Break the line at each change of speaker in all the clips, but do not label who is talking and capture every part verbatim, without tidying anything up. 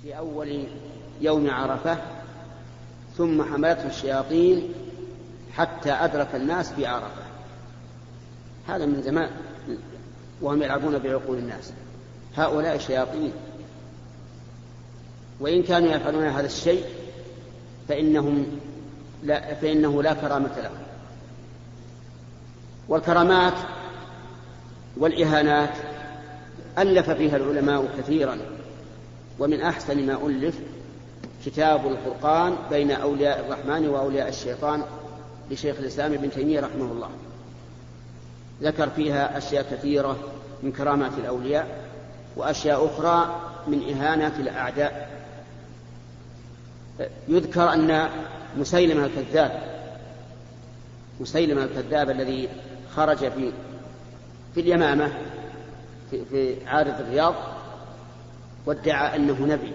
في أول يوم عرفة ثم حملته الشياطين حتى أدرك الناس بعرفة. هذا من زمان وهم يلعبون بعقول الناس. هؤلاء شياطين، وإن كانوا يفعلون هذا الشيء فإنهم لا فإنه لا كرامة لهم. والكرامات والإهانات ألف فيها العلماء كثيرا، ومن أحسن ما ألف كتاب الفرقان بين أولياء الرحمن وأولياء الشيطان لشيخ الإسلام ابن تيمية رحمه الله. ذكر فيها أشياء كثيرة من كرامات الأولياء وأشياء أخرى من إهانات الأعداء. يذكر أن مسيلمة الكذاب مسيلمة الكذاب الذي خرج في في اليمامة في, في عارض الرياض وادعى أنه نبي،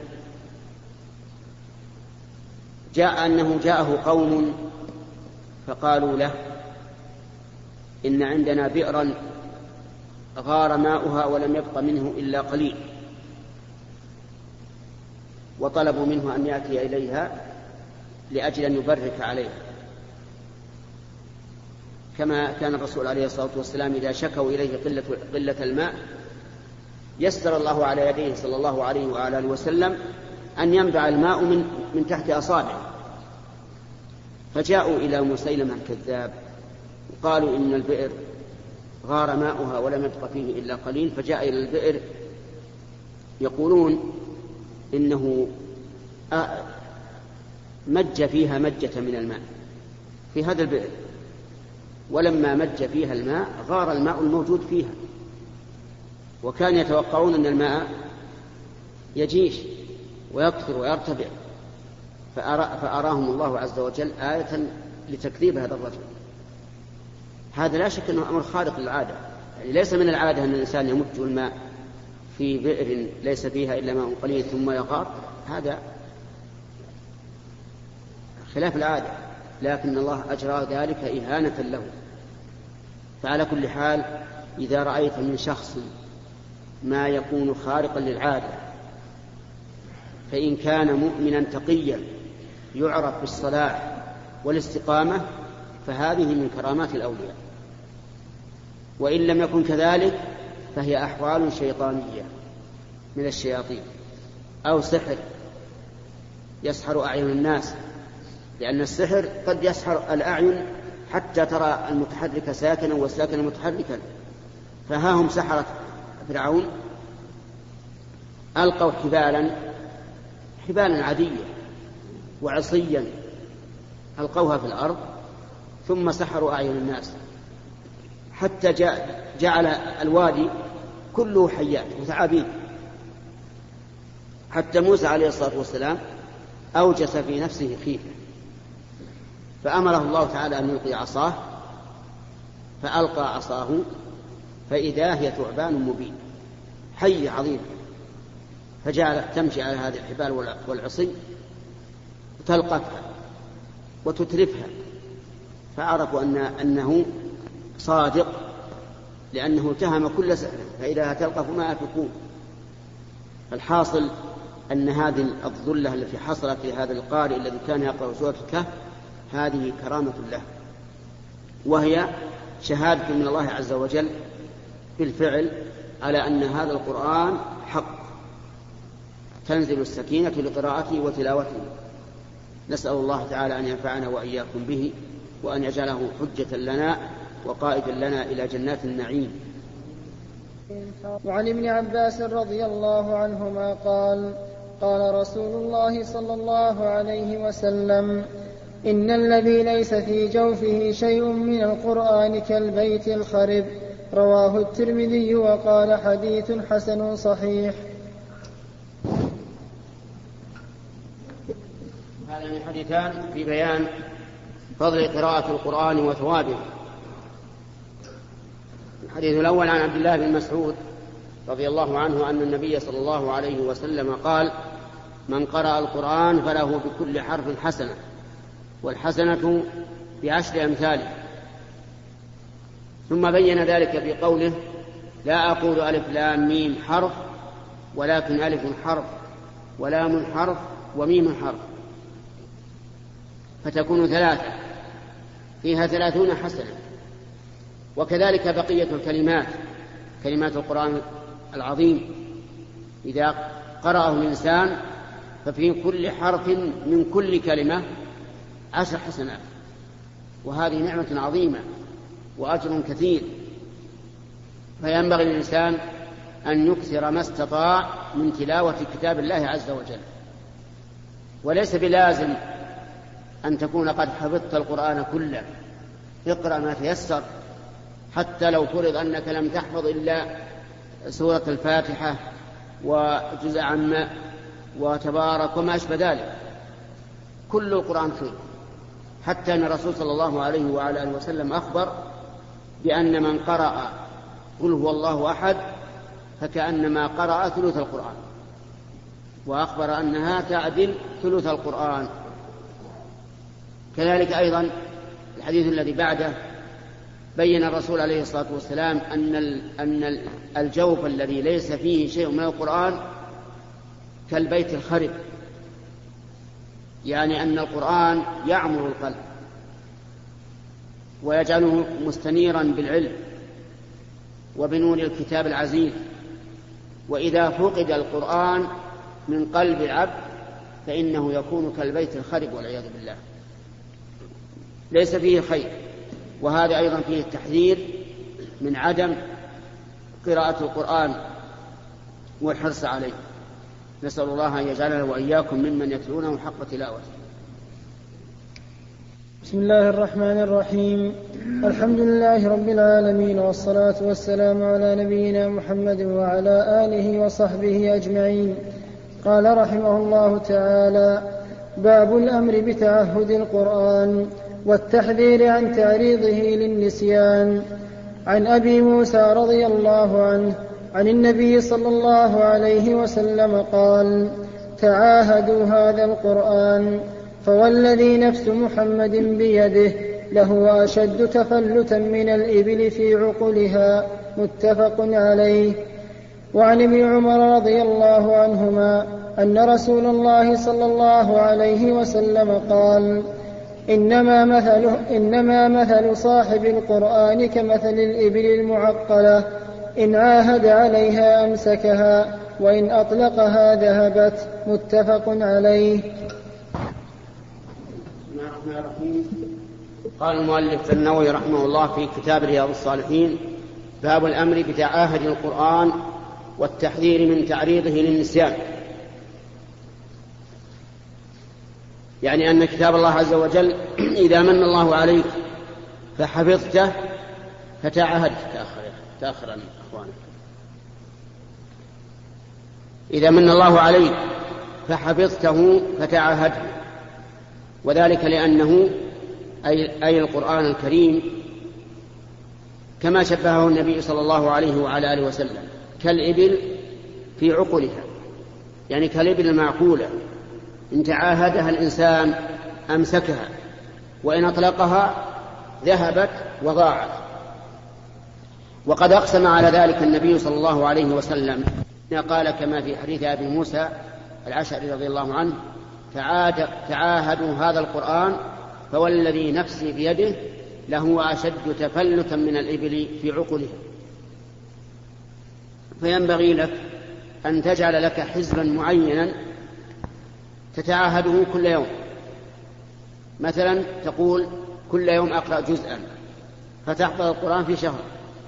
جاء أنه جاءه قوم فقالوا له إن عندنا بئرا غار ماؤها ولم يبق منه إلا قليل، وطلبوا منه أن يأتي إليها لأجل أن يبرك عليها، كما كان الرسول عليه الصلاة والسلام إذا شكوا إليه قلة, قلة الماء يسر الله على يديه صلى الله عليه وآله وسلم أن ينبع الماء من, من تحت أصابعه. فجاءوا إلى مسيلمة الكذاب وقالوا إن البئر غار ماؤها ولم يبق فيه إلا قليل، فجاء إلى البئر يقولون إنه مج فيها مجة من الماء في هذا البئر، ولما مج فيها الماء غار الماء الموجود فيها، وكان يتوقعون أن الماء يجيش ويكثر ويرتفع، فأراهم الله عز وجل آية لتكذيب هذا الرجل. هذا لا شك أنه أمر خارق للعادة، يعني ليس من العادة أن الإنسان يمج الماء في بئر ليس فيها إلا ماء قليل ثم يغار، هذا خلاف العادة، لكن الله أجرى ذلك إهانة له. فعلى كل حال إذا رأيت من شخص ما يكون خارقا للعادة فإن كان مؤمنا تقيا يعرف بالصلاح والاستقامة فهذه من كرامات الأولياء، وإن لم يكن كذلك فهي أحوال شيطانية من الشياطين أو سحر يسحر أعين الناس، لأن السحر قد يسحر الأعين حتى ترى المتحرك ساكنا والساكن متحركا. فها هم سحرة فرعون ألقوا حبالا حبالا عادية وعصيا ألقوها في الأرض ثم سحروا أعين الناس حتى جعل الوادي كله حيات وثعابين، حتى موسى عليه الصلاة والسلام أوجس في نفسه خيفة فأمره الله تعالى أن يلقي عصاه، فألقى عصاه فإذا هي ثعبان مبين حي عظيم، فجعلت تمشي على هذه الحبال والعصي تلقفها وتترفها، فعرفوا أن أنه صادق لأنه اتهم كل سحر، فإذا تلقف ما يفكون. فالحاصل أن هذه الظلة التي حصلت لهذا القارئ الذي كان يقرأ سورة الكهف هذه كرامة له، وهي شهادة من الله عز وجل بالفعل على أن هذا القرآن حق، تنزل السكينة لقراءته وتلاوته. نسأل الله تعالى أن ينفعنا وإياكم به، وأن يجعله حجة لنا وقائدا لنا إلى جنات النعيم.
وعن ابن عباس رضي الله عنهما قال قال رسول الله صلى الله عليه وسلم إن الذي ليس في جوفه شيء من القرآن كالبيت الخرب. رواه الترمذي وقال حديث حسن صحيح.
هذا من حديثان في بيان فضل قراءة القرآن وثوابه. الحديث الأول عن عبد الله بن مسعود رضي الله عنه أن النبي صلى الله عليه وسلم قال من قرأ القرآن فله بكل حرف حسنة، والحسنة بعشر أمثاله. ثم بين ذلك بقوله لا أقول ألف لام ميم حرف ولكن ألف حرف ولام حرف وميم حرف، فتكون ثلاثة فيها ثلاثون حسنة. وكذلك بقية الكلمات، كلمات القرآن العظيم إذا قرأه الإنسان ففي كل حرف من كل كلمة عشر حسنات، وهذه نعمة عظيمة وأجر كثير. فينبغي للإنسان أن يكثر ما استطاع من تلاوة كتاب الله عز وجل، وليس بلازم أن تكون قد حفظت القرآن كله، اقرأ ما تيسر، حتى لو فرض أنك لم تحفظ إلا سورة الفاتحة وجزء عما وتبارك وما أشبه ذلك، كل القرآن خير. حتى أن الرسول صلى الله عليه وعلى آله وسلم أخبر بأن من قرأ قل هو الله أحد فكأنما قرأ ثلث القرآن، وأخبر أنها تعدل ثلث القرآن. كذلك أيضا الحديث الذي بعده بين الرسول عليه الصلاة والسلام أن أن الجوف الذي ليس فيه شيء من القرآن كالبيت الخرب، يعني أن القرآن يعمر القلب ويجعله مستنيرا بالعلم وبنور الكتاب العزيز. وإذا فقد القرآن من قلب العبد فإنه يكون كالبيت الخرب والعياذ بالله، ليس فيه خير. وهذا أيضا فيه التحذير من عدم قراءة القرآن والحرص عليه. نسأل الله أن يجعلنا وإياكم ممن يتلونه حق تلاوته.
بسم الله الرحمن الرحيم. الحمد لله رب العالمين، والصلاة والسلام على نبينا محمد وعلى آله وصحبه أجمعين. قال رحمه الله تعالى: باب الأمر بتعهد القرآن والتحذير عن تعريضه للنسيان. عن أبي موسى رضي الله عنه عن النبي صلى الله عليه وسلم قال: تعاهدوا هذا القرآن فوالذي نفس محمد بيده لهو أشد تفلتا من الإبل في عقلها. متفق عليه. وعن ابن عمر رضي الله عنهما أن رسول الله صلى الله عليه وسلم قال: إنما مثل, إنما مثل صاحب القرآن كمثل الإبل المعقلة، إن عاهد عليها أمسكها وإن أطلقها ذهبت. متفق عليه.
قال المؤلف النووي رحمه الله في كتاب رياض الصالحين: باب الأمر بتعاهد القرآن والتحذير من تعريضه للنسيان. يعني أن كتاب الله عز وجل إذا من الله عليك فحفظته فتعاهد. تأخر تأخر أخوانك. إذا من الله عليك فحفظته فتعاهد، وذلك لأنه أي, أي القرآن الكريم كما شبهه النبي صلى الله عليه وعلى آله وسلم كالإبل في عقلها، يعني كالإبل المعقولة، إن تعاهدها الإنسان أمسكها وإن أطلقها ذهبت وضاعت. وقد أقسم على ذلك النبي صلى الله عليه وسلم قال كما في حديث أبي موسى الأشعري رضي الله عنه: تعاهدوا هذا القرآن فوالذي نفسي بيده لهو أشد تفلتا من الإبل في عقلها. فينبغي لك أن تجعل لك حزبا معينا تتعاهده كل يوم. مثلا تقول كل يوم أقرأ جزءا فتحفظ القرآن في شهر،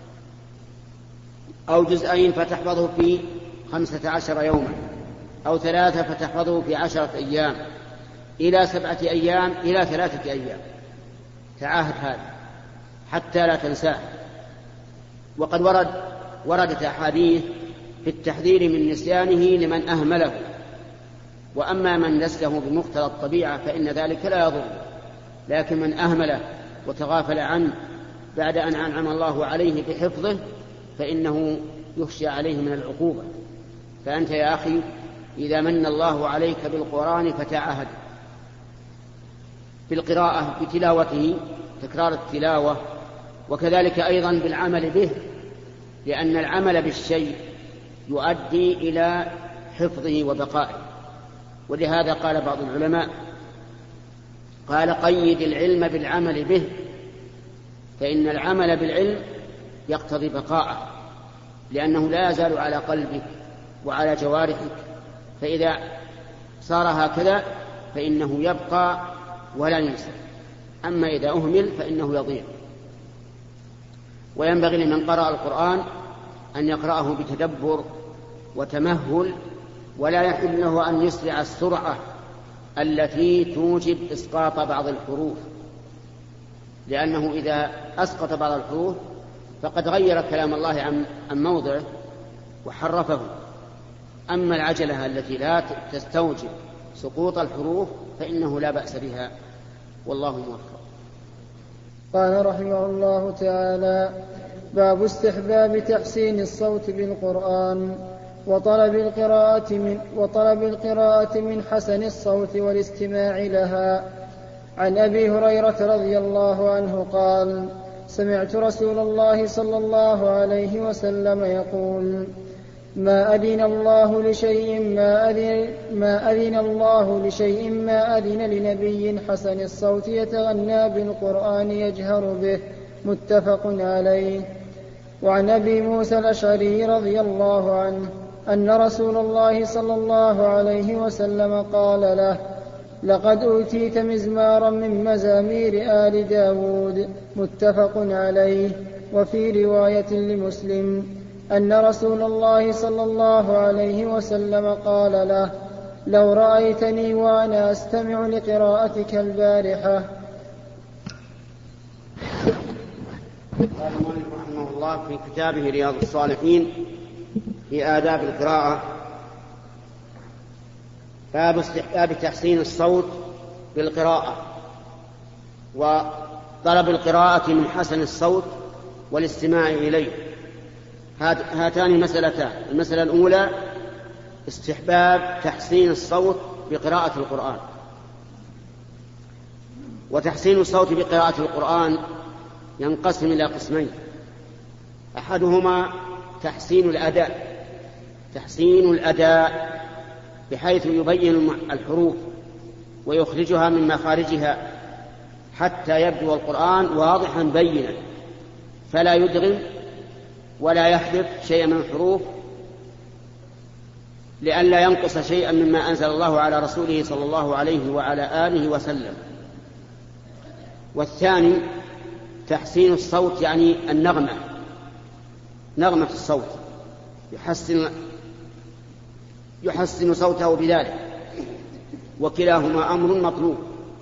أو جزئين فتحفظه في خمسة عشر يوما، أو ثلاثة فتحفظه في عشرة أيام، إلى سبعة أيام، إلى ثلاثة أيام. تعاهد هذا حتى لا تنساه. وقد ورد وردت أحاديث في التحذير من نسيانه لمن أهمله، وأما من نسله بمقتضى الطبيعة فإن ذلك لا يضر، لكن من أهمله وتغافل عنه بعد أن أنعم الله عليه بحفظه فإنه يخشى عليه من العقوبة. فأنت يا أخي إذا من الله عليك بالقرآن فتعاهد بالقراءة بتلاوته، تكرار التلاوة، وكذلك أيضا بالعمل به، لأن العمل بالشيء يؤدي إلى حفظه وبقائه. ولهذا قال بعض العلماء قال قيد العلم بالعمل به، فإن العمل بالعلم يقتضي بقاءه، لأنه لا يزال على قلبك وعلى جوارحك، فإذا صار هكذا فإنه يبقى ولا ينسى، أما إذا أهمل فإنه يضيع. وينبغي لمن قرأ القرآن أن يقرأه بتدبر وتمهل، ولا يحل له أن يسرع السرعة التي توجب إسقاط بعض الحروف، لأنه إذا أسقط بعض الحروف فقد غير كلام الله عن موضعه وحرفه. أما العجلة التي لا تستوجب سقوط الحروف فإنه لا بأس بها، والله موفق.
قال رحمه الله تعالى: باب استحباب تحسين الصوت بالقرآن وطلب القراءة من, وطلب القراءة من حسن الصوت والاستماع لها. عن أبي هريرة رضي الله عنه قال: سمعت رسول الله صلى الله عليه وسلم يقول: ما أذن الله لشيء ما أذن, ما أذن الله لشيء ما أذن لنبي حسن الصوت يتغنى بالقرآن يجهر به. متفق عليه. وعن أبي موسى الأشعري رضي الله عنه أن رسول الله صلى الله عليه وسلم قال له: لقد أوتيت مزمارا من مزامير آل داود. متفق عليه. وفي رواية لمسلم أن رسول الله صلى الله عليه وسلم قال له: لو رأيتني وأنا أستمع لقراءتك البارحة.
قال المؤلف رحمه الله في كتابه رياض الصالحين في آداب القراءة: باب استحباب تحسين الصوت بالقراءة وطلب القراءة من حسن الصوت والاستماع إليه. هاتان مسألتان: المسألة الأولى استحباب تحسين الصوت بقراءة القرآن. وتحسين الصوت بقراءة القرآن ينقسم إلى قسمين: أحدهما تحسين الأداء تحسين الأداء بحيث يبين الحروف ويخرجها من مخارجها حتى يبدو القرآن واضحا بينا، فلا يدغم ولا يحذف شيئا من الحروف لئلا ينقص شيئا مما أنزل الله على رسوله صلى الله عليه وعلى آله وسلم. والثاني تحسين الصوت، يعني النغمة، نغمة الصوت، يحسن يحسن صوته بذلك، وكلاهما أمر مطلوب.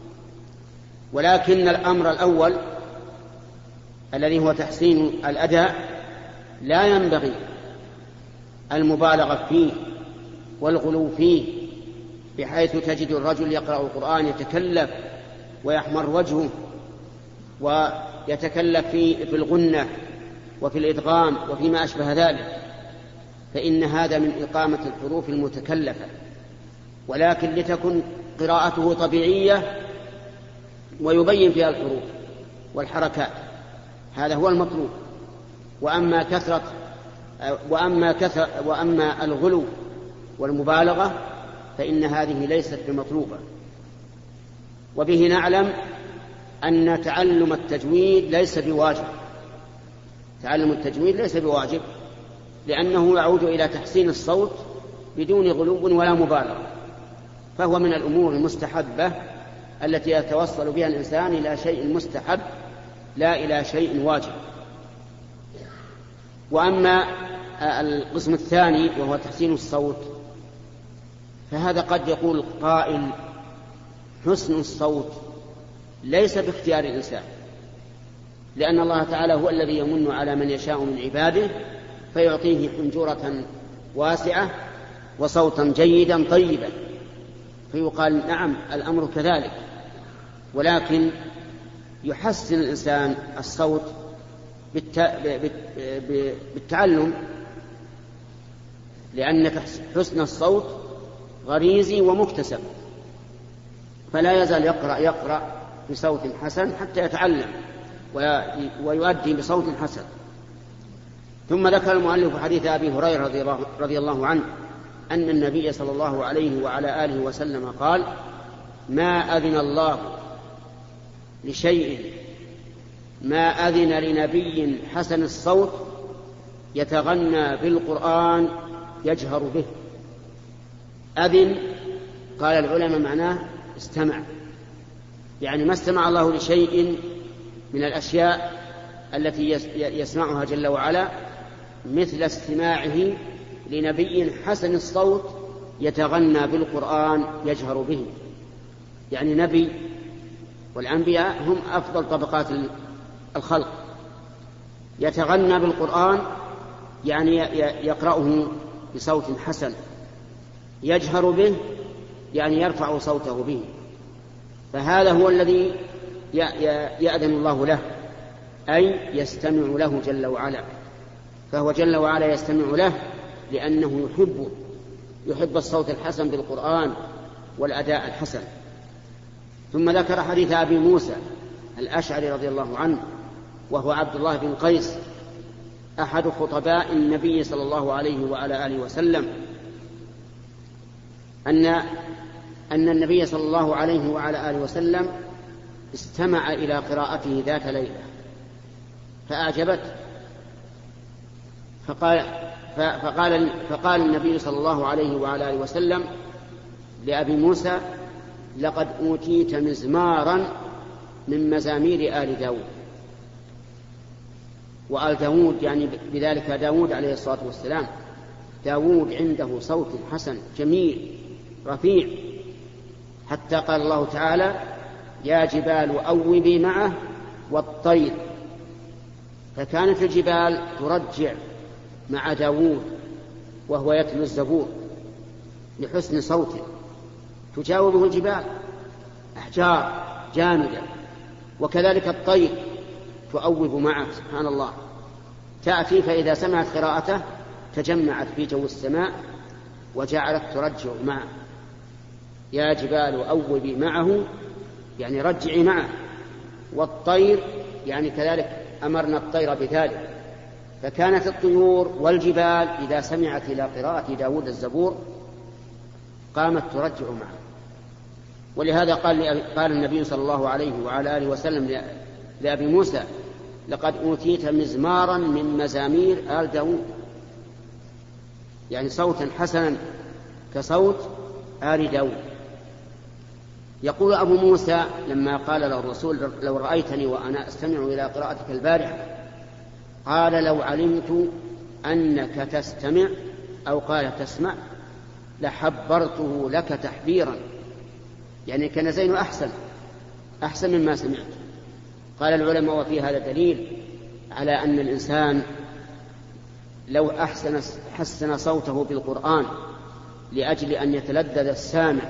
ولكن الأمر الأول الذي هو تحسين الأداء لا ينبغي المبالغة فيه والغلو فيه، بحيث تجد الرجل يقرأ القرآن يتكلف ويحمر وجهه ويتكلف في الغنة وفي الإدغام وفيما أشبه ذلك، فإن هذا من إقامة الحروف المتكلفة. ولكن لتكن قراءته طبيعية ويبين فيها الحروف والحركات، هذا هو المطلوب. وأما كثرة وأما كثرة وأما الغلو والمبالغة فإن هذه ليست بمطلوبة. وبه نعلم أن تعلم التجويد ليس بواجب تعلم التجويد ليس بواجب لأنه يعود إلى تحسين الصوت بدون غلو ولا مبالغة، فهو من الأمور المستحبة التي يتوصل بها الإنسان إلى شيء مستحب لا إلى شيء واجب. وأما القسم الثاني وهو تحسين الصوت، فهذا قد يقول قائل: حسن الصوت ليس باختيار الإنسان، لأن الله تعالى هو الذي يمن على من يشاء من عباده فيعطيه حنجرة واسعة وصوتا جيدا طيبا، فيقال نعم الأمر كذلك. ولكن يحسن الإنسان الصوت بالتعلم، لأن حسن الصوت غريزي ومكتسب، فلا يزال يقرأ يقرأ بصوت حسن حتى يتعلم ويؤدي بصوت حسن. ثم ذكر المؤلف حديث أبي هريرة رضي الله عنه أن النبي صلى الله عليه وعلى آله وسلم قال: ما أذن الله لشيء ما أذن لنبي حسن الصوت يتغنى بالقرآن يجهر به. أذن قال العلماء معناه استمع، يعني ما استمع الله لشيء من الأشياء التي يسمعها جل وعلا مثل استماعه لنبي حسن الصوت يتغنى بالقرآن يجهر به. يعني نبي، والأنبياء هم أفضل طبقات الخلق، يتغنى بالقرآن يعني يقرأه بصوت حسن، يجهر به يعني يرفع صوته به. فهذا هو الذي يأذن الله له، أي يستمع له جل وعلا. فهو جل وعلا يستمع له لأنه يحبه، يحب الصوت الحسن بالقرآن والأداء الحسن. ثم ذكر حديث أبي موسى الأشعري رضي الله عنه، وهو عبد الله بن قيس أحد خطباء النبي صلى الله عليه وعلى آله وسلم، أن أن النبي صلى الله عليه وعلى آله وسلم استمع إلى قراءته ذات ليلة فأعجبته، فقال, فقال, فقال النبي صلى الله عليه وعلى آله وسلم لأبي موسى: لقد أوتيت مزمارا من مزامير آل داود. وآل داود يعني بذلك داود عليه الصلاة والسلام. داود عنده صوت حسن جميل رفيع، حتى قال الله تعالى: يا جبال أوبي معه والطير. فكانت الجبال ترجع مع داود وهو يتلو الزبور لحسن صوته، تجاوبه الجبال أحجار جامدة، وكذلك الطير تؤوب معه سبحان الله، تأتي فإذا سمعت قراءته تجمعت في جو السماء وجعلت ترجع معه. يا جبال أوبي معه يعني رجعي معه، والطير يعني كذلك أمرنا الطير بذلك. فكانت الطيور والجبال إذا سمعت إلى قراءة داود الزبور قامت ترجع معه. ولهذا قال, قال النبي صلى الله عليه وعلى آله وسلم لأبي موسى: لقد أوتيت مزمارا من مزامير آل داود، يعني صوتا حسنا كصوت آل داود. يقول أبو موسى لما قال له الرسول: لو رأيتني وأنا أستمع إلى قراءتك البارحة، قال: لو علمت أنك تستمع أو قال تسمع لحبرته لك تحبيرا، يعني كان زين أحسن أحسن مما سمعت. قال العلماء: وفي هذا دليل على أن الإنسان لو أحسن حسن صوته بالقرآن لأجل أن يتلذذ السامع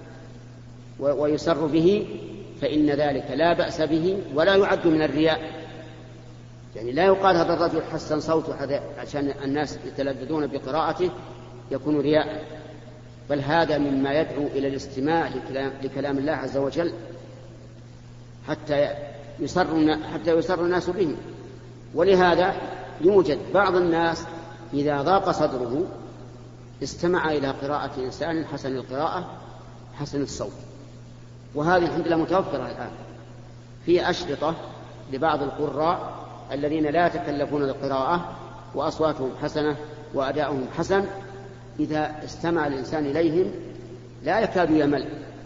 ويسر به فإن ذلك لا بأس به ولا يعد من الرياء. يعني لا يقال هذا الرجل حسن صوته عشان الناس يتلذذون بقراءته يكون رياء، بل هذا مما يدعو إلى الاستماع لكلام, لكلام الله عز وجل حتى يسر, حتى يسر الناس به. ولهذا يوجد بعض الناس إذا ضاق صدره استمع إلى قراءة إنسان حسن القراءة حسن الصوت. وهذه الحمد لله متوفرة الآن في أشرطة لبعض القراء الذين لا يتكلفون القراءة وأصواتهم حسنة وأداؤهم حسن، إذا استمع الإنسان إليهم لا يكاد يمل،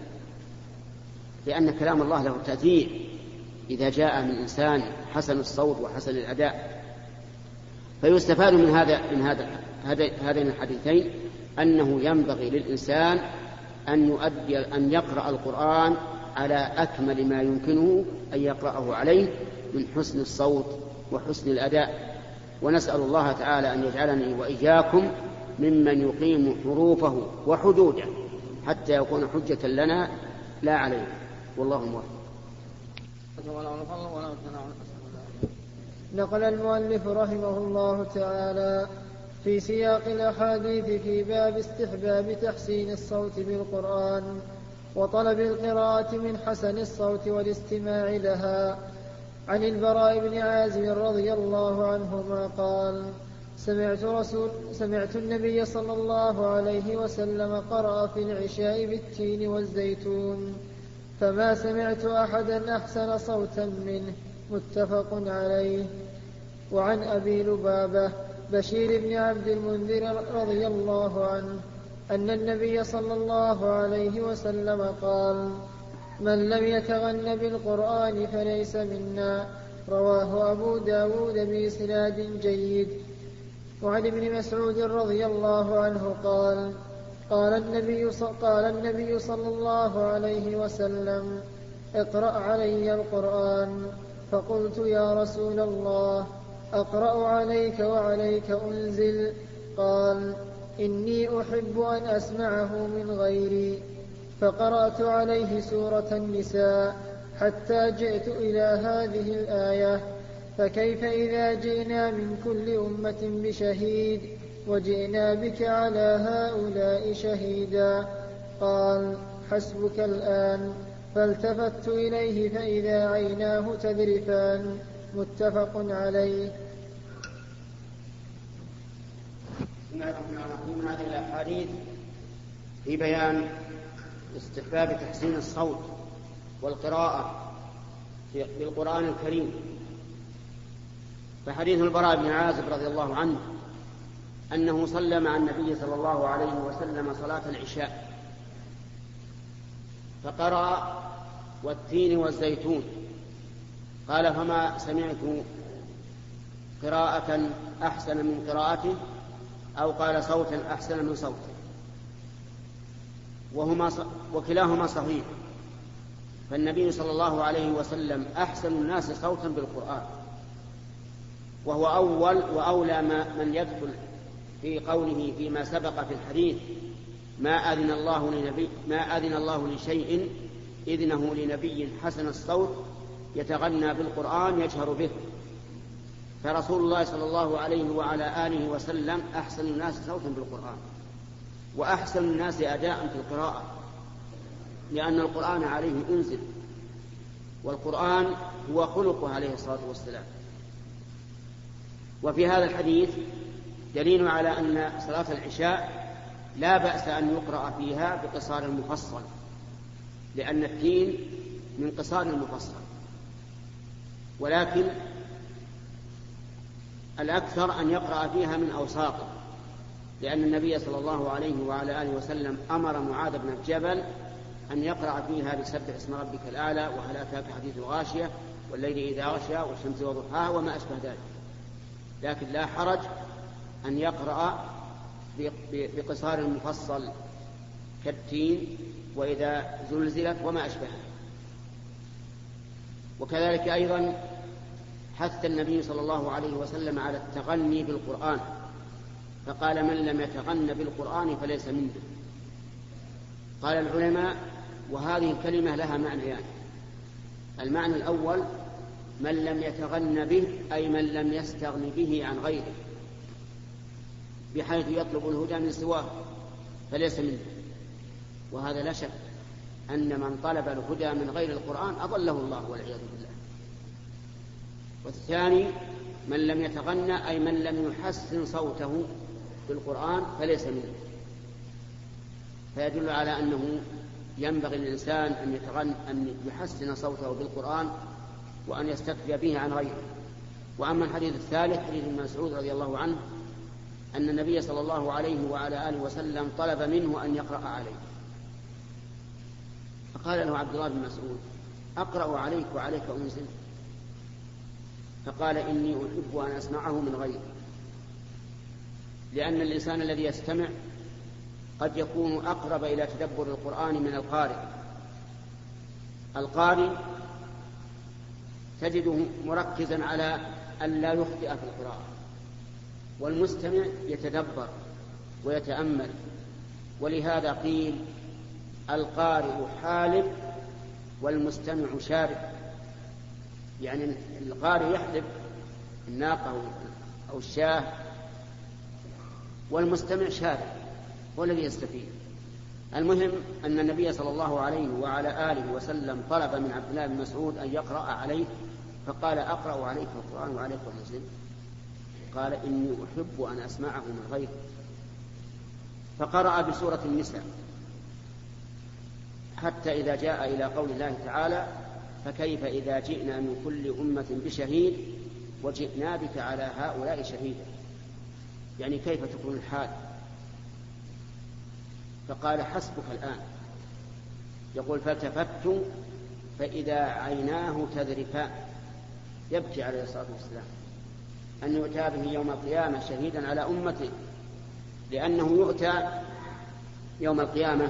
لأن كلام الله له تأثير إذا جاء من إنسان حسن الصوت وحسن الأداء. فيستفاد من هذا من هذا هذين الحديثين أنه ينبغي للإنسان أن يؤدي أن يقرأ القرآن على أكمل ما يمكنه أن يقرأه عليه من حسن الصوت وحسن الأداء. ونسأل الله تعالى أن يجعلني وإياكم ممن يقيم حروفه وحدوده حتى يكون حجة لنا لا علينا، والله موفق.
نقل المؤلف رحمه الله تعالى في سياق الأحاديث في باب استحباب تحسين الصوت بالقرآن وطلب القراءة من حسن الصوت والاستماع لها عن البراء بن عازب رضي الله عنهما قال: سمعت, رسول سمعت النبي صلى الله عليه وسلم قرأ في العشاء بالتين والزيتون فما سمعت أحدا أحسن صوتا منه. متفق عليه. وعن أبي لبابة بشير بن عبد المنذر رضي الله عنه أن النبي صلى الله عليه وسلم قال: من لم يتغن بالقرآن فليس منا. رواه أبو داود بإسناد جيد. وعن ابن مسعود رضي الله عنه قال: قال النبي, قال النبي صلى الله عليه وسلم: اقرأ علي القرآن. فقلت: يا رسول الله، أقرأ عليك وعليك أنزل؟ قال: إني أحب أن أسمعه من غيري. فقرأت عليه سورة النساء حتى جئت إلى هذه الآية: فكيف إذا جئنا من كل أمة بشهيد وجئنا بك على هؤلاء شهيدا. قال: حسبك الآن. فالتفت إليه فإذا عيناه تذرفان. متفق عليه.
بسم الله الرحمن الرحيم. من هذه الأحاديث في بيان استحباب تحسين الصوت والقراءة في القرآن الكريم. فحديث البراء بن عازب رضي الله عنه أنه صلى مع النبي صلى الله عليه وسلم صلاة العشاء فقرأ: والتين والزيتون. قال: فما سمعت قراءة أحسن من قراءته، أو قال صوتا أحسن من صوته، وهما وكلاهما صحيح. فالنبي صلى الله عليه وسلم أحسن الناس صوتا بالقرآن، وهو أول وأولى من يدخل في قوله فيما سبق في الحديث: ما أذن الله لنبي ما أذن الله لشيء إذنه لنبي حسن الصوت يتغنى بالقرآن يجهر به. فرسول الله صلى الله عليه وعلى آله وسلم أحسن الناس صوتا بالقرآن، وأحسن الناس أداء في القراءة، لأن القرآن عليه أنزل، والقرآن هو خلقه عليه الصلاة والسلام. وفي هذا الحديث دليل على أن صلاة العشاء لا بأس أن يقرأ فيها بقصار المفصل، لأن التين من قصار المفصل، ولكن الأكثر أن يقرأ فيها من أوساطه، لأن النبي صلى الله عليه وعلى آله وسلم أمر معاذ بن الجبل أن يقرأ فيها بسبح اسم ربك الأعلى، وهل أتاك حديث الغاشية، والليل إذا غشى، والشمس وضحاها، وما أشبه ذلك. لكن لا حرج أن يقرأ بقصار المفصل كالتين وإذا زلزلت وما أشبهها. وكذلك أيضا حث النبي صلى الله عليه وسلم على التغني بالقرآن، فقال: من لم يتغن بالقرآن فليس منه. قال العلماء: وهذه الكلمة لها معنيان. يعني المعنى الأول: من لم يتغن به، أي من لم يستغن به عن غيره، بحيث يطلب الهدى من سواه فليس منه. وهذا لا شك أن من طلب الهدى من غير القرآن أضله الله والعياذ بالله. والثاني: من لم يتغنى، أي من لم يحسن صوته بالقرآن فليس منه. فيدل على أنه ينبغي للإنسان أن يتغنى، أن يحسن صوته بالقرآن، وأن يستكفي به عن غيره. وأما الحديث الثالث حديث ابن مسعود رضي الله عنه أن النبي صلى الله عليه وعلى آله وسلم طلب منه أن يقرأ عليه، فقال له عبد الله بن مسعود: أقرأ عليك وعليك أنزل؟ فقال: إني أحب أن أسمعه من غيري، لأن الإنسان الذي يستمع قد يكون أقرب إلى تدبر القرآن من القارئ. القارئ تجده مركزا على أن لا يخطئ في القراءة، والمستمع يتدبر ويتأمل. ولهذا قيل: القارئ حالب والمستمع شارب. يعني القارئ يحلب الناقة أو الشاة، والمستمع شارب هو الذي يستفيد. المهم أن النبي صلى الله عليه وعلى آله وسلم طلب من عبد الله بن مسعود أن يقرأ عليه، فقال: أقرأ عليك القرآن وعليك أنزل؟ قال إني أحب أن أسمعه من غيره، فقرأ بسورة النساء حتى إذا جاء إلى قول الله تعالى فكيف إذا جئنا من كل أمة بشهيد وجئنا بك على هؤلاء شهيدا، يعني كيف تكون الحال؟ فقال حسبك الآن. يقول فالتفت فإذا عيناه تذرفان، يبكي عليه الصلاة والسلام أن يؤتى به يوم القيامة شهيدا على أمته، لأنه يؤتى يوم القيامة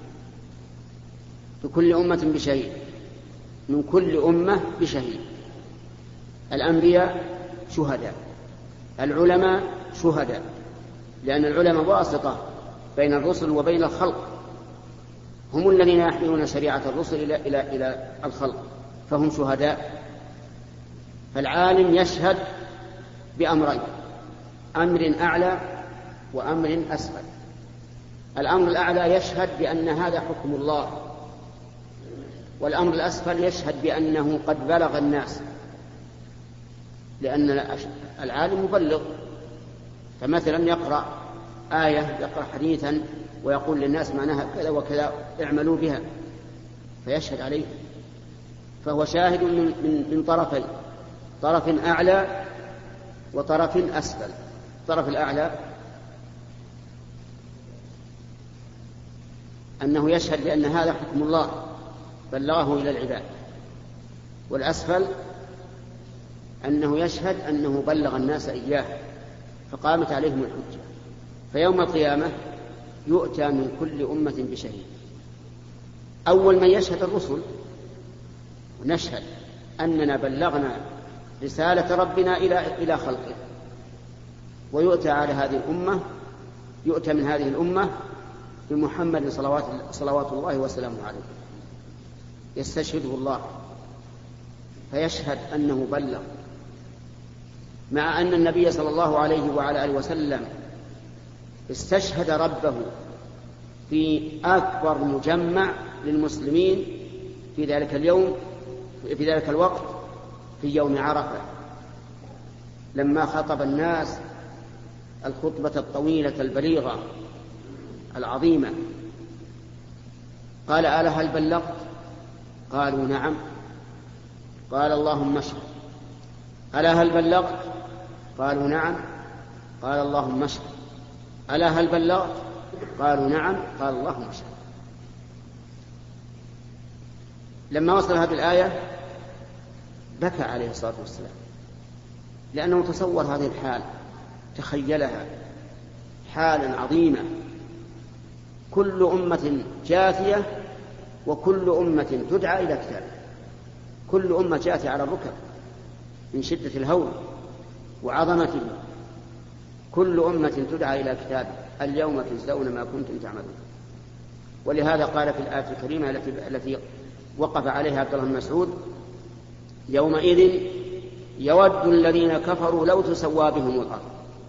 في كل أمة بشهيد، من كل أمة بشهيد. الأنبياء شهداء، العلماء شهداء، لأن العلماء واسطة بين الرسل وبين الخلق، هم الذين يحملون شريعة الرسل إلى, إلى, إلى الخلق، فهم شهداء. فالعالم يشهد بأمرين، أمر أعلى وأمر أسفل. الأمر الأعلى يشهد بأن هذا حكم الله، والأمر الأسفل يشهد بأنه قد بلغ الناس، لأن العالم مبلغ. فمثلا يقرأ آية، يقرأ حديثا ويقول للناس معناها كذا وكذا اعملوا بها، فيشهد عليه، فهو شاهد من, من, من طرفين، طرف أعلى وطرف أسفل. الطرف الأعلى أنه يشهد بأن هذا حكم الله بلغه إلى العباد، والأسفل أنه يشهد أنه بلغ الناس إياه فقامت عليهم الحجة. فيوم القيامة يؤتى من كل أمة بشهيد. أول من يشهد الرسل، ونشهد أننا بلغنا رسالة ربنا إلى إلى خلقه، ويؤتى على هذه الأمة، يؤتى من هذه الأمة بمحمد صلوات, صلوات الله وسلامه عليه، يستشهده الله فيشهد أنه بلغ، مع أن النبي صلى الله عليه وعلى آله وسلم استشهد ربه في أكبر مجمع للمسلمين في ذلك اليوم، في ذلك الوقت، في يوم عرفة، لما خطب الناس الخطبة الطويلة البليغة العظيمة. قال ألا هل بلغت؟ قالوا نعم. قال اللهم اشهد. ألا هل بلغت؟ قالوا نعم. قال اللهم اشهد. ألا هل بلغت؟ قالوا نعم. قال اللهم اشهد. لما وصل هذه الآية بكى عليه الصلاة والسلام، لأنه تصور هذه الحال، تخيلها حالا عظيمة، كل أمة جاثية وكل أمة تدعى إلى كتابه، كل أمة جاثية على الركب من شدة الهول وعظمته، كل أمة تدعى إلى كتابه اليوم تجزون ما كنتم تعملون. ولهذا قال في الآية الكريمة التي, التي وقف عليها عبد الله بن مسعود: يومئذ يود الذين كفروا لو تسوى بهم الأرض،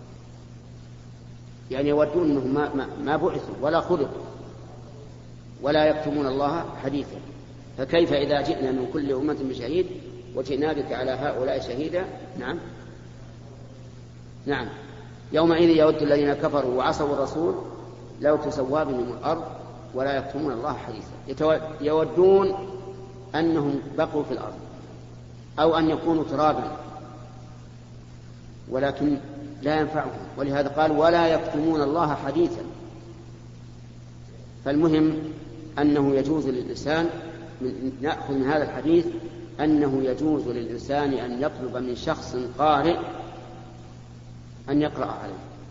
يعني يودون أنهم ما, ما, ما بعثوا ولا خلقوا ولا يكتمون الله حديثا. فكيف إذا جئنا من كل أمة بشهيد وجئنا بك على هؤلاء شهيدا؟ نعم نعم يومئذ يود الذين كفروا وعصوا الرسول لو تسوى بهم الأرض ولا يكتمون الله حديثا. يودون أنهم بقوا في الأرض أو أن يكونوا ترابا، ولكن لا ينفعهم، ولهذا قال ولا يكتمون الله حديثا. فالمهم أنه يجوز للإنسان، نأخذ من هذا الحديث أنه يجوز للإنسان أن يطلب من شخص قارئ أن يقرأ عليه،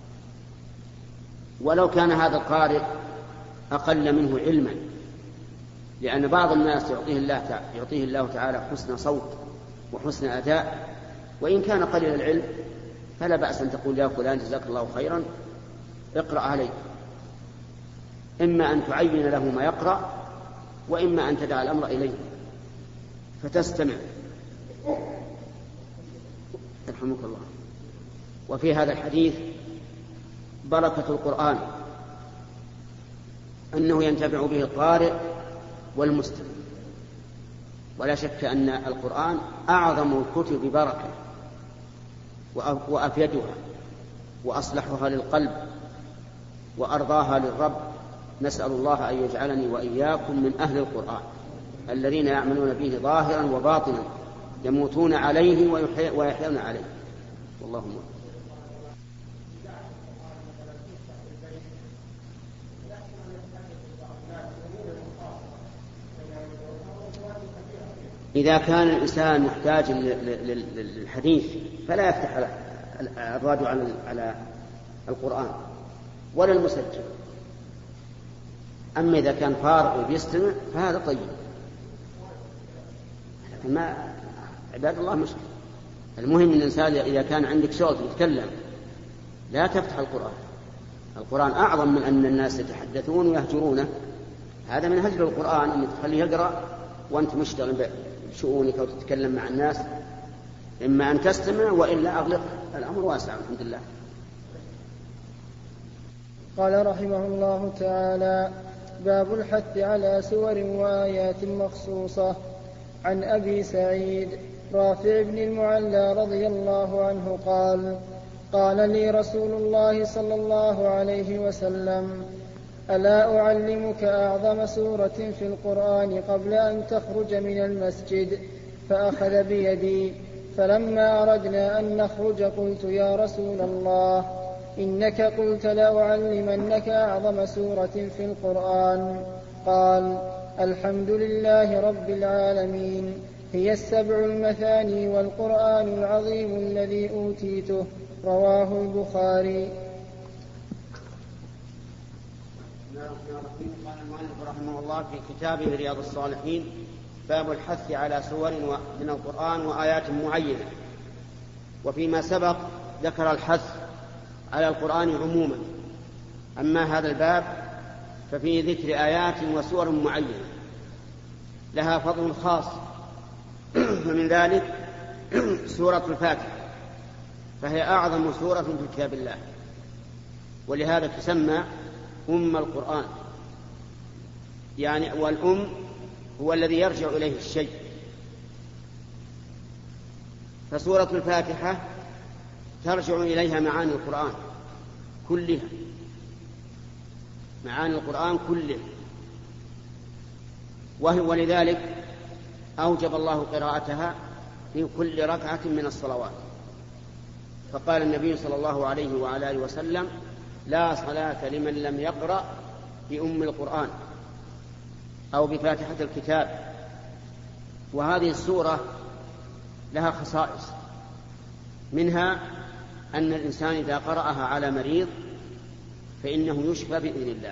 ولو كان هذا القارئ أقل منه علما، لأن بعض الناس يعطيه الله, يعطيه الله تعالى حسن صوت وحسن أداء، وإن كان قليل العلم فلا بأس أن تقول يا فلان جزاك الله خيرا اقرأ عليه، إما أن تعين له ما يقرأ وإما أن تدع الأمر إليه فتستمع. يرحمك الله. وفي هذا الحديث بركة القرآن، أنه ينتفع به القارئ والمستمع، ولا شك أن القرآن أعظم الكتب بركة، وأفيدها وأصلحها للقلب وأرضاها للرب. نسأل الله أن يجعلني وإياكم من أهل القرآن الذين يعملون به ظاهرا وباطنا، يموتون عليه ويحيون عليه. والله موفق. إذا كان الإنسان محتاج للحديث فلا يفتح الراديو على القرآن ولا المسجل. أما إذا كان فارغ وبيستمع فهذا طيب، لكن ما عباد الله مشكلة. المهم أن الإنسان إذا كان عندك شغل يتكلم لا تفتح القرآن. القرآن أعظم من أن الناس يتحدثون ويهجرونه. هذا من هجر القرآن، أن تخليه يقرأ وأنت مشتغل بشؤونك وتتكلم مع الناس. إما أن تستمع وإلا أغلق. الأمر واسع الحمد لله.
قال رحمه الله تعالى: باب الحث على سور وآيات مخصوصة. عن أبي سعيد رافع بن المعلى رضي الله عنه قال: قال لي رسول الله صلى الله عليه وسلم: ألا أعلمك أعظم سورة في القرآن قبل أن تخرج من المسجد؟ فأخذ بيدي، فلما أردنا أن نخرج قلت: يا رسول الله، إنك قلت لأعلمنك أعظم سورة في القرآن. قال: الحمد لله رب العالمين، هي السبع المثاني والقرآن العظيم الذي أوتيته. رواه البخاري.
قال المؤلف رحمه الله في كتابه رياض الصالحين: باب الحث على سور من القرآن وآيات معينة. وفيما سبق ذكر الحث على القرآن عموما، أما هذا الباب ففيه ذكر آيات وسور معينة لها فضل خاص. ومن ذلك سورة الفاتحة، فهي أعظم سورة في كتاب الله، ولهذا تسمى أم القرآن. يعني والأم هو الذي يرجع إليه الشيء. فسورة الفاتحة ترجع إليها معاني القرآن كلها، معاني القرآن كله، ولذلك أوجب الله قراءتها في كل ركعة من الصلوات. فقال النبي صلى الله عليه وعلى آله وسلم: لا صلاة لمن لم يقرأ بأم القرآن أو بفاتحة الكتاب. وهذه السورة لها خصائص، منها أن الإنسان إذا قرأها على مريض فإنه يشفى بإذن الله،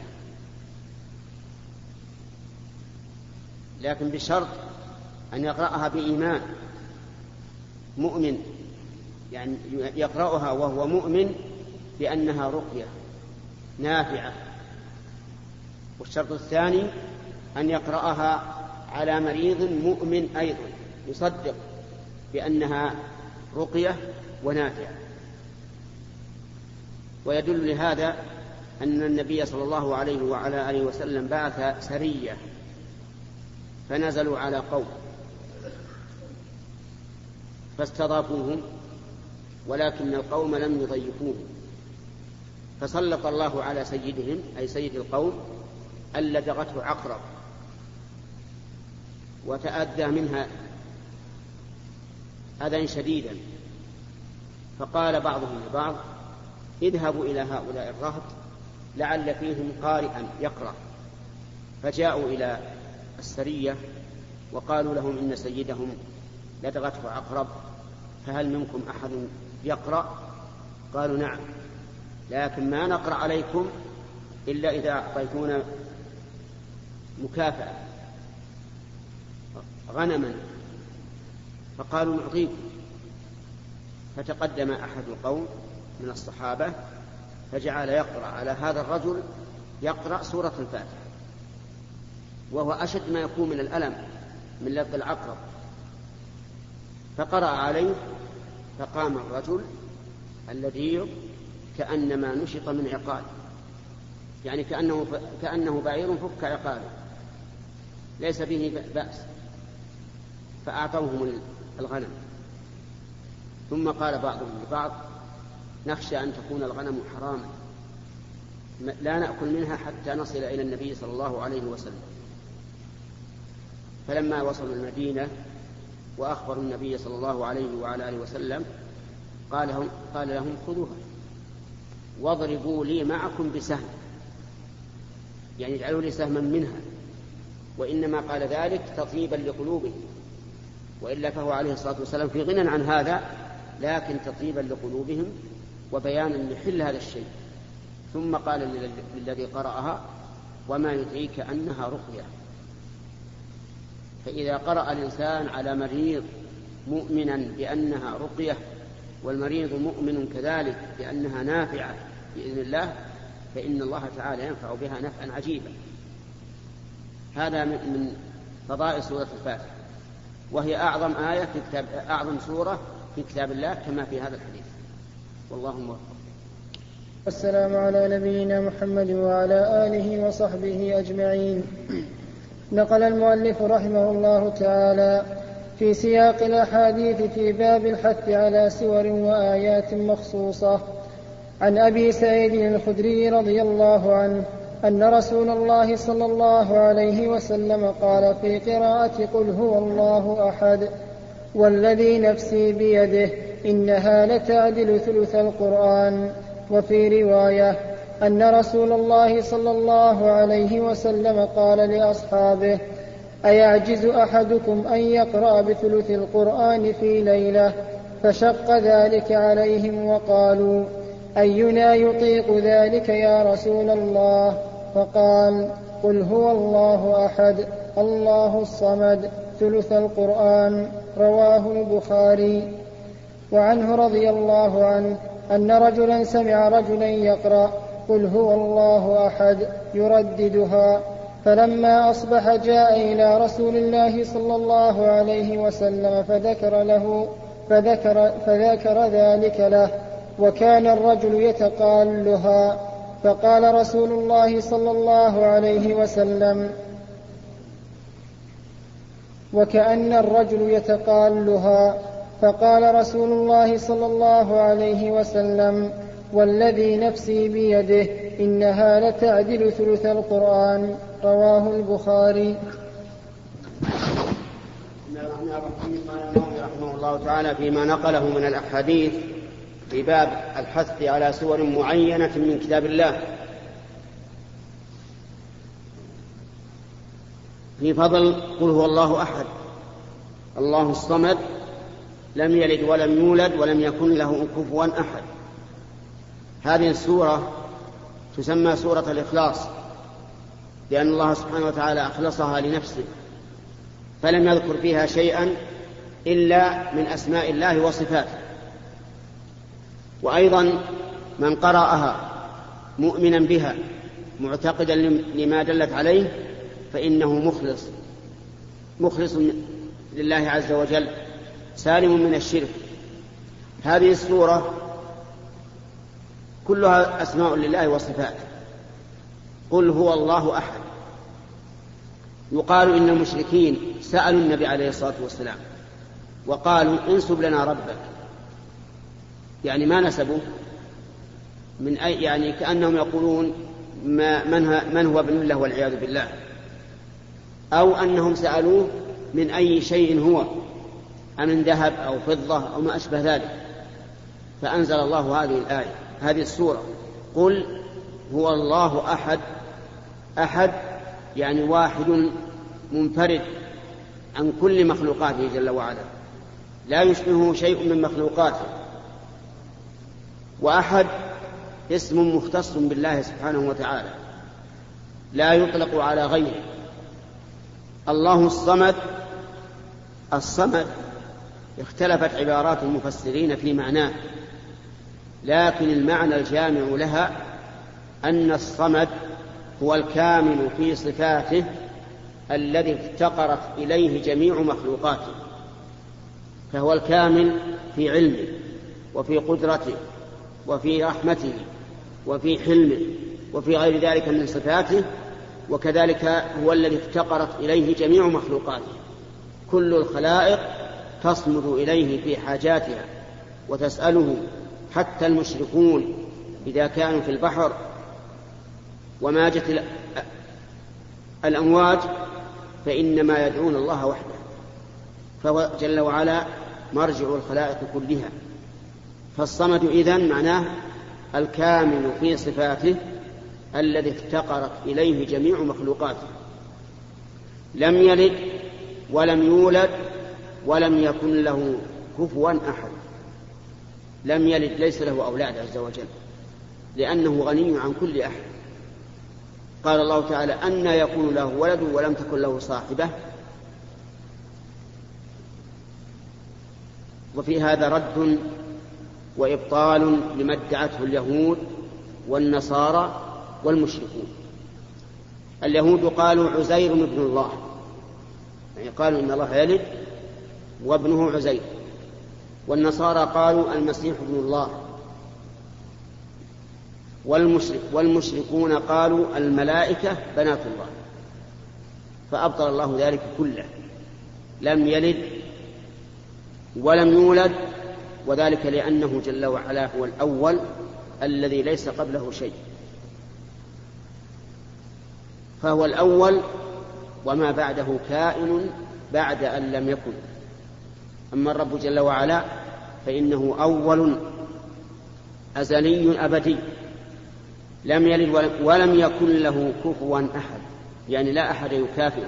لكن بشرط أن يقرأها بإيمان مؤمن، يعني يقرأها وهو مؤمن بأنها رقية نافعة. والشرط الثاني أن يقرأها على مريض مؤمن أيضا يصدق بأنها رقية ونافعة. ويدل لهذا أن النبي صلى الله عليه وعلى آله وسلم بعث سرية فنزلوا على قوم فاستضافوهم، ولكن القوم لم يضيفوهم، فسلط الله على سيدهم أي سيد القوم أن لدغته عقرب وتأذى منها أذى شديدا. فقال بعضهم لبعض: اذهبوا إلى هؤلاء الرهط لعل فيهم قارئا يقرأ. فجاءوا إلى السرية وقالوا لهم: إن سيدهم لدغته عقرب، فهل منكم أحد يقرأ؟ قالوا: نعم، لكن ما نقرأ عليكم إلا إذا أعطيتونا مكافأة غنما. فقالوا: نعطيكم. فتقدم أحد القوم من الصحابة فجعل يقرأ على هذا الرجل، يقرأ سورة الفاتحة، وهو أشد ما يكون من الألم من لدغ العقرب. فقرأ عليه، فقام الرجل الذي كأنما نشط من عقال، يعني كأنه, كأنه بعير فك عقاله ليس به بأس. فأعطوهم الغنم. ثم قال بعضهم لبعض نخشى أن تكون الغنم حراما لا نأكل منها حتى نصل إلى النبي صلى الله عليه وسلم. فلما وصلوا المدينة وأخبروا النبي صلى الله عليه وعلى آله وسلم قال لهم, قال لهم خذوها واضربوا لي معكم بسهم، يعني اجعلوا لي سهما منها، وإنما قال ذلك تطيبا لقلوبهم، وإلا فهو عليه الصلاة والسلام في غنى عن هذا، لكن تطيبا لقلوبهم وبيانا لحل هذا الشيء. ثم قال للذي قرأها وما يدريك أنها رقية. فإذا قرأ الإنسان على مريض مؤمنا بأنها رقية والمريض مؤمن كذلك بأنها نافعة بإذن الله، فإن الله تعالى ينفع بها نفعا عجيبا. هذا من فضائل سورة الفاتحة، وهي أعظم آية في كتاب أعظم سورة في كتاب الله كما في هذا الحديث. والله موفق.
والسلام على نبينا محمد وعلى آله وصحبه أجمعين. نقل المؤلف رحمه الله تعالى في سياق الأحاديث في باب الحث على سور وآيات مخصوصة عن أبي سعيد الخدري رضي الله عنه أن رسول الله صلى الله عليه وسلم قال في قراءة قل هو الله أحد والذي نفسي بيده إنها لتعدل ثلث القرآن. وفي رواية أن رسول الله صلى الله عليه وسلم قال لأصحابه أيعجز أحدكم أن يقرأ بثلث القرآن في ليلة؟ فشق ذلك عليهم وقالوا أينا يطيق ذلك يا رسول الله؟ فقال قل هو الله أحد الله الصمد ثلث القرآن. رواه البخاري. وعنه رضي الله عنه أن رجلا سمع رجلا يقرأ قل هو الله أحد يرددها، فلما أصبح جاء إلى رسول الله صلى الله عليه وسلم فذكر له فذكر, فذكر ذلك له، وكان الرجل يتقالها، فقال رسول الله صلى الله عليه وسلم وكأن الرجل يتقالها، فقال رسول الله صلى الله عليه وسلم والذي نفسي بيده إنها لتعدل ثلث القرآن. رواه البخاري.
رحمه الله تعالى فيما نقله من الأحاديث في باب الحث على سور معينة من كتاب الله في فضل قل هو الله أحد الله الصمد لم يلد ولم يولد ولم يكن له كفوا أحد. هذه السورة تسمى سورة الإخلاص لأن الله سبحانه وتعالى أخلصها لنفسه، فلم يذكر فيها شيئا إلا من أسماء الله وصفاته. وأيضا من قرأها مؤمنا بها معتقدا لما دلت عليه فإنه مخلص مخلص لله عز وجل سالم من الشرك. هذه السورة كلها أسماء لله وصفاته. قل هو الله أحد. يقال إن المشركين سألوا النبي عليه الصلاة والسلام وقالوا انسب لنا ربك، يعني ما نسبوا من أي، يعني كأنهم يقولون ما من هو ابن الله والعياذ بالله، أو أنهم سألوه من أي شيء هو أمن ذهب أو فضة أو ما أشبه ذلك. فأنزل الله هذه الآية هذه السورة قل هو الله أحد. أحد يعني واحد منفرد عن كل مخلوقاته جل وعلا، لا يشبهه شيء من مخلوقاته. وأحد اسم مختص بالله سبحانه وتعالى لا يطلق على غيره. الله الصمد. الصمد اختلفت عبارات المفسرين في معناه، لكن المعنى الجامع لها أن الصمد هو الكامل في صفاته الذي افتقرت إليه جميع مخلوقاته، فهو الكامل في علمه وفي قدرته وفي رحمته وفي حلمه وفي غير ذلك من صفاته، وكذلك هو الذي افتقرت إليه جميع مخلوقاته. كل الخلائق تصمد إليه في حاجاتها وتسأله حتى المشركون إذا كانوا في البحر وماجت الأمواج فإنما يدعون الله وحده، فهو جل وعلا مرجع الخلائق كلها. فالصمد إذن معناه الكامل في صفاته الذي افتقرت إليه جميع مخلوقاته، لم يلد ولم يولد ولم يكن له كفوا أحد. لم يلد، ليس له أولاد عز وجل، لأنه غني عن كل أحد. قال الله تعالى: أنى يكون له ولد ولم تكن له صاحبة. وفي هذا رد وإبطال لما ادعته اليهود والنصارى والمشركون. اليهود قالوا عزير ابن الله، يعني قالوا إن الله يلد وابنه عزير، والنصارى قالوا المسيح ابن الله، والمشرك والمشركون قالوا الملائكة بنات الله. فأبطل الله ذلك كله، لم يلد ولم يولد، وذلك لأنه جل وعلا هو الأول الذي ليس قبله شيء، فهو الأول وما بعده كائن بعد أن لم يكن. أما الرب جل وعلا فإنه أول أزلي أبدي، لم يلد ولم يكن له كفوا أحد، يعني لا أحد يكافئه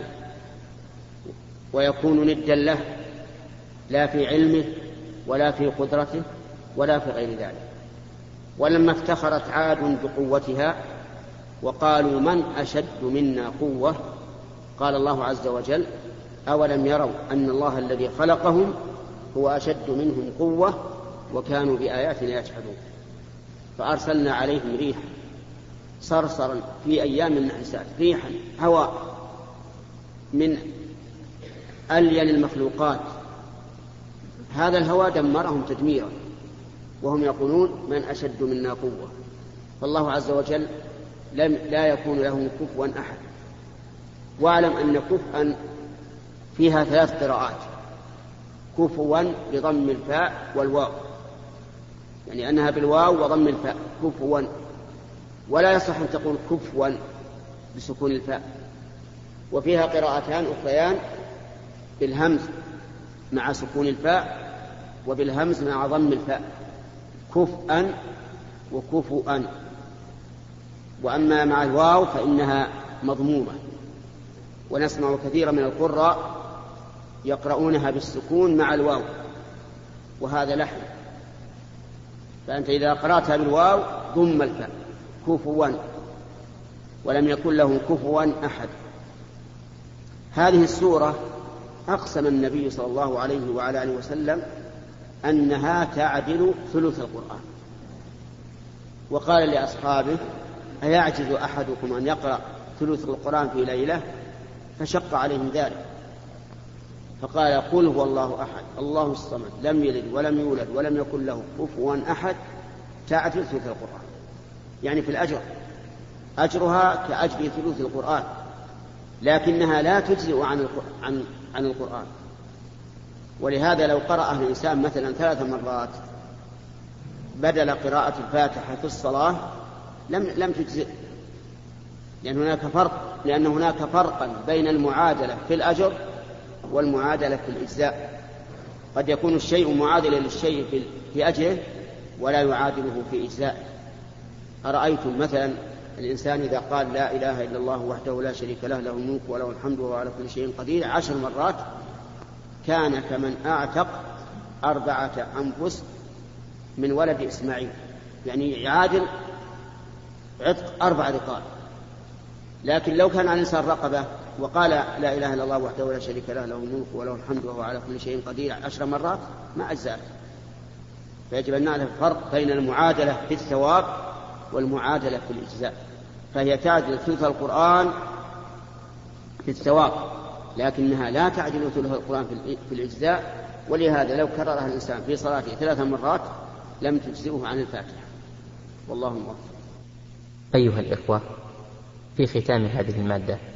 ويكون ندا له، لا في علمه ولا في قدرته ولا في غير ذلك. ولما افتخرت عاد بقوتها وقالوا من أشد منا قوة، قال الله عز وجل: أولم يروا أن الله الذي خلقهم هو أشد منهم قوة وكانوا بآياتنا يجحدون. فأرسلنا عليهم ريحا صرصرا في أيام النحسات، ريحا هواء من ألين المخلوقات، هذا الهواء دمرهم تدميرا، وهم يقولون من أشد منا قوة. فالله عز وجل لم لا يكون له كفوا أحد. واعلم أن كفوا فيها ثلاث قراءات: كفوا بضم الفاء والواو، يعني أنها بالواو وضم الفاء كفوا، ولا يصح أن تقول كفوا بسكون الفاء. وفيها قراءتان أخريان بالهمز مع سكون الفاء وبالهمز مع ضم الفاء، كفءا وكفؤا. وأما مع الواو فإنها مضمومة، ونسمع كثيرا من القراء يقرؤونها بالسكون مع الواو، وهذا لحن. فأنت إذا قرأتها بالواو ضم الفاء كفوا، ولم يكن له كفوا أحد. هذه السورة أقسم النبي صلى الله عليه وعلى آله وسلم أنها تعدل ثلث القرآن، وقال لأصحابه: أيعجز أحدكم أن يقرأ ثلث القرآن في ليلة؟ فشق عليهم ذلك، فقال: قل هو الله أحد الله الصمد لم يلد ولم يولد ولم يكن له كفوا أحد، تعدل ثلث القرآن، يعني في الأجر أجرها كأجر ثلث القرآن، لكنها لا تجزئ عن عن عن القرآن. ولهذا لو قرأ الإنسان مثلا ثلاث مرات بدل قراءة الفاتحة في الصلاة لم لم تجزئ، لأن هناك فرق لأن هناك فرقا بين المعادلة في الأجر والمعادلة في الإجزاء. قد يكون الشيء معادلا للشيء في في أجره ولا يعادله في إجزائه. أرأيتم مثلا الإنسان إذا قال لا إله إلا الله وحده لا شريك له له الملك وله الحمد وهو على كل شيء قدير عشر مرات، كان كمن أعتق أربعة أنفس من ولد إسماعيل، يعني يعادل عتق أربع رقاب. لكن لو كان على الإنسان رقبة وقال لا إله إلا الله وحده لا شريك له له الملك وله الحمد وهو على كل شيء قدير عشر مرات ما أجزأ. فيجب أن نعرف الفرق بين المعادلة في الثواب والمعادلة في الإجزاء. فهي تعدل ثلث القرآن في الثواب، لكنها لا تعدل ثلث القرآن في الإجزاء. ولهذا لو كررها الإنسان في صلاته ثلاث مرات لم تجزئه عن الفاتحة، والله موفق.
أيها الإخوة، في ختام هذه المادة